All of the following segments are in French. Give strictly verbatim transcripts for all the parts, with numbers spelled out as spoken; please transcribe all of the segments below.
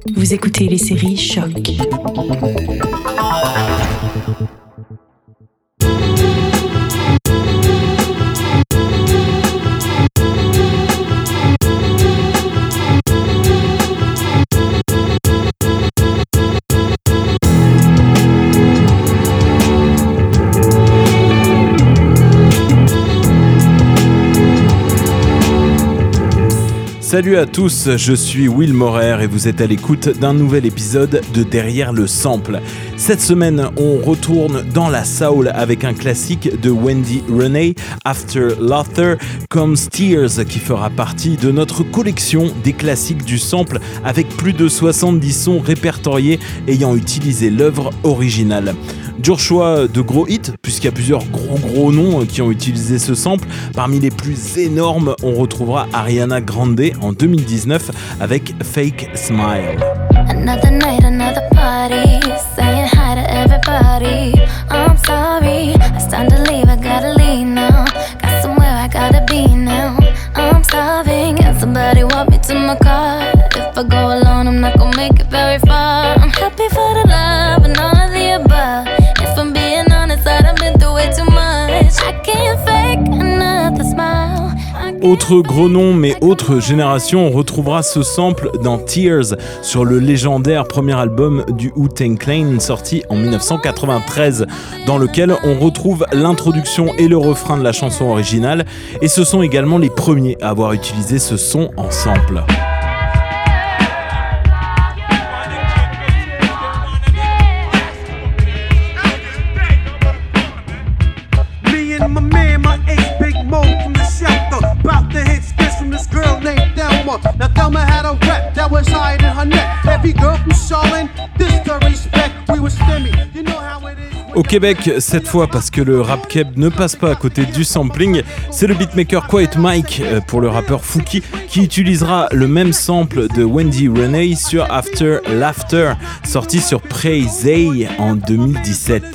Vous écoutez les séries Choc. Salut à tous, je suis Will Morer et vous êtes à l'écoute d'un nouvel épisode de Derrière le Sample. Cette semaine, on retourne dans la soul avec un classique de Wendy Renee, After Laughter, Comes Tears, qui fera partie de notre collection des classiques du sample avec plus de soixante-dix sons répertoriés ayant utilisé l'œuvre originale. Dur choix de gros hits, puisqu'il y a plusieurs gros gros noms qui ont utilisé ce sample. Parmi les plus énormes, on retrouvera Ariana Grande en deux mille dix-neuf avec Fake Smile. Another night, another party, saying hi to everybody. I'm sorry, it's time to leave, I gotta leave now. Got somewhere I gotta be now. I'm starving, can somebody walk me to my car? If I go alone, I'm not gonna make it very far. I'm happy for the love and all of the above. If I'm being honest, I done been through way too much. I can't fake another smile. Autre gros nom, mais autre génération, on retrouvera ce sample dans Tears, sur le légendaire premier album du Wu-Tang Clan, sorti en dix-neuf cent quatre-vingt-treize, dans lequel on retrouve l'introduction et le refrain de la chanson originale, et ce sont également les premiers à avoir utilisé ce son en sample. Now Thelma had a rep that was higher than her neck. Every girl from Charlotte, this to respect. We were stimmy, you know how it is. Au Québec, cette fois, parce que le rap keb ne passe pas à côté du sampling, c'est le beatmaker Quiet Mike, pour le rappeur Fouki, qui utilisera le même sample de Wendy Renee sur After Laughter, sorti sur Praise en deux mille dix-sept.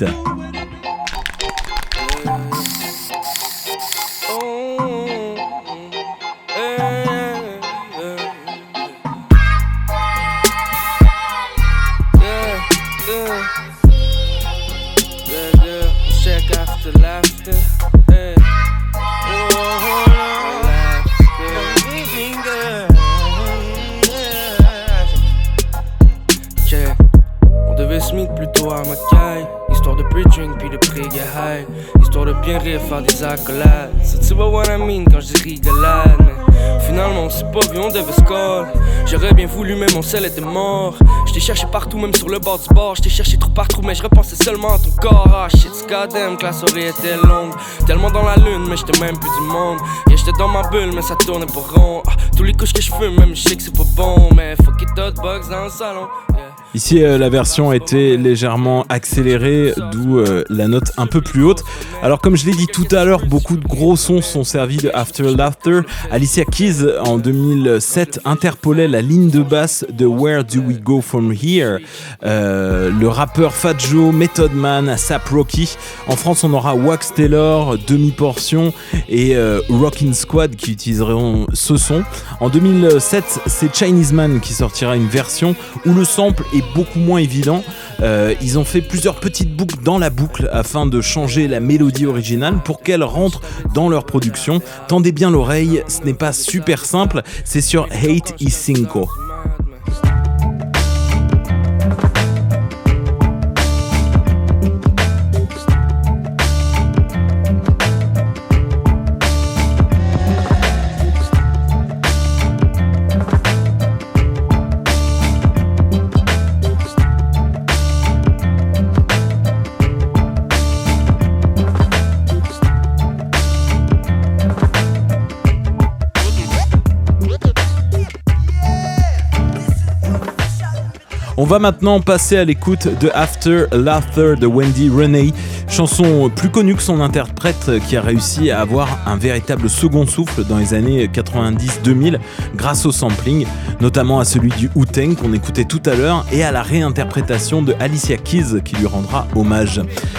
Faire des accolades, ça tu vois what I mean quand je dis rigolade. Mais finalement on s'est pas vu, on devait se call. J'aurais bien voulu mais mon sel était mort. Je t'ai cherché partout même sur le bord du bord. Je t'ai cherché trop partout mais je repensais seulement à ton corps. Ah shit, goddamn que la soirée était longue. Tellement dans la lune mais j'étais même plus du monde. Yeah j'étais dans ma bulle mais ça tournait pas rond. Ah, tous les couches que je fume même je sais que c'est pas bon. Mais fuck it hot box dans le salon. Yeah. Ici, euh, la version a été légèrement accélérée, d'où euh, la note un peu plus haute. Alors, comme je l'ai dit tout à l'heure, beaucoup de gros sons sont servis de After Laughter. Alicia Keys, en deux mille sept, interpolait la ligne de basse de Where Do We Go From Here. Euh, le rappeur Fat Joe, Method Man, A$ap Rocky. En France, on aura Wax Taylor, Demi-Portion et euh, Rockin' Squad qui utiliseront ce son. En deux mille sept, c'est Chinese Man qui sortira une version où le sample est beaucoup moins évident. Euh, ils ont fait plusieurs petites boucles dans la boucle afin de changer la mélodie originale pour qu'elle rentre dans leur production. Tendez bien l'oreille, ce n'est pas super simple, c'est sur Hate y Cinco. On va maintenant passer à l'écoute de After Laughter de Wendy Renee, chanson plus connue que son interprète qui a réussi à avoir un véritable second souffle dans les années quatre-vingt-dix deux mille grâce au sampling, notamment à celui du Wu-Tang qu'on écoutait tout à l'heure et à la réinterprétation de Alicia Keys qui lui rendra hommage.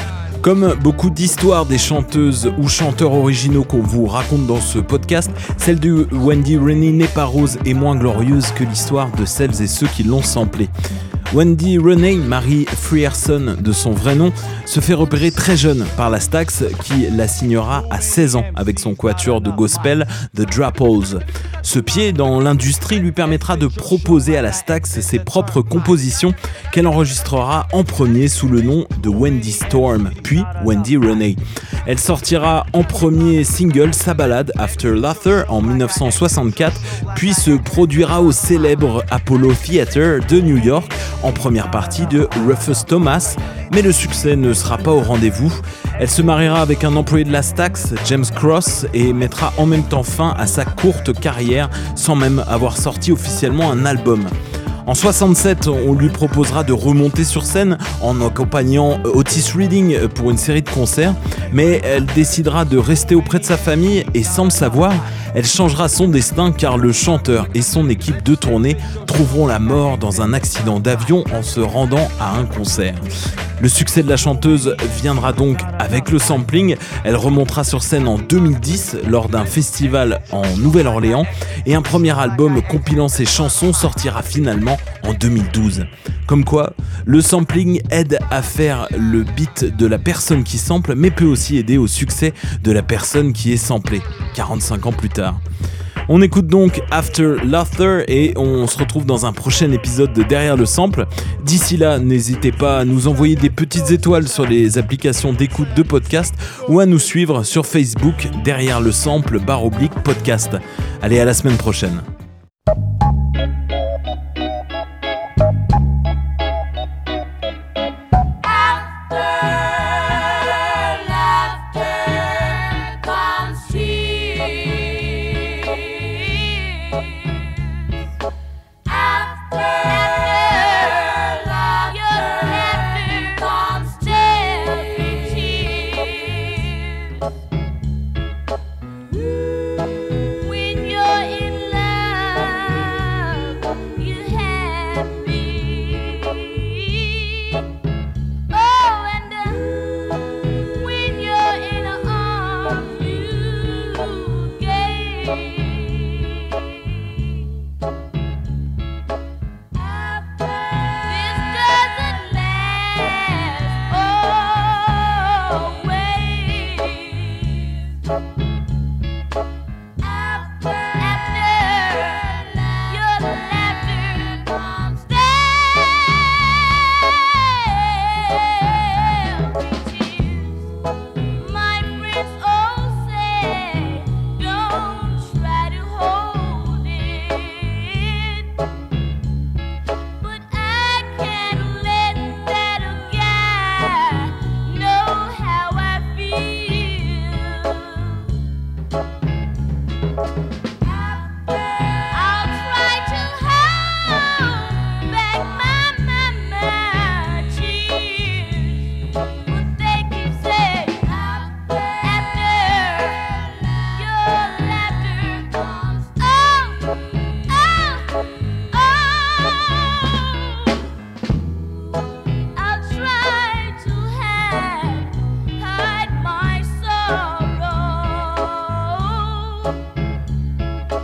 Comme beaucoup d'histoires des chanteuses ou chanteurs originaux qu'on vous raconte dans ce podcast, celle de Wendy Renée n'est pas rose et moins glorieuse que l'histoire de celles et ceux qui l'ont samplée. Wendy Renée, Marie Frierson de son vrai nom, se fait repérer très jeune par la Stax qui la signera à seize ans avec son quatuor de gospel The Drapples. Ce pied dans l'industrie lui permettra de proposer à la Stax ses propres compositions qu'elle enregistrera en premier sous le nom de Wendy Storm, puis Wendy Renée. Elle sortira en premier single sa ballade After Laughter en dix-neuf cent soixante-quatre, puis se produira au célèbre Apollo Theater de New York en première partie de Rufus Thomas, mais le succès ne sera pas au rendez-vous. Elle se mariera avec un employé de la Stax, James Cross, et mettra en même temps fin à sa courte carrière sans même avoir sorti officiellement un album. En soixante-sept, on lui proposera de remonter sur scène en accompagnant Otis Redding pour une série de concerts, mais elle décidera de rester auprès de sa famille et sans le savoir, elle changera son destin car le chanteur et son équipe de tournée trouveront la mort dans un accident d'avion en se rendant à un concert. Le succès de la chanteuse viendra donc avec le sampling. Elle remontera sur scène en deux mille dix lors d'un festival en Nouvelle-Orléans et un premier album compilant ses chansons sortira finalement en deux mille douze. Comme quoi, le sampling aide à faire le beat de la personne qui sample, mais peut aussi aider au succès de la personne qui est samplée, quarante-cinq ans plus tard. On écoute donc After Laughter et on se retrouve dans un prochain épisode de Derrière le Sample. D'ici là, n'hésitez pas à nous envoyer des petites étoiles sur les applications d'écoute de podcast ou à nous suivre sur Facebook Derrière le Sample barre oblique podcast. Allez, à la semaine prochaine.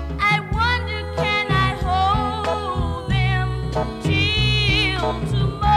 Tomorrow.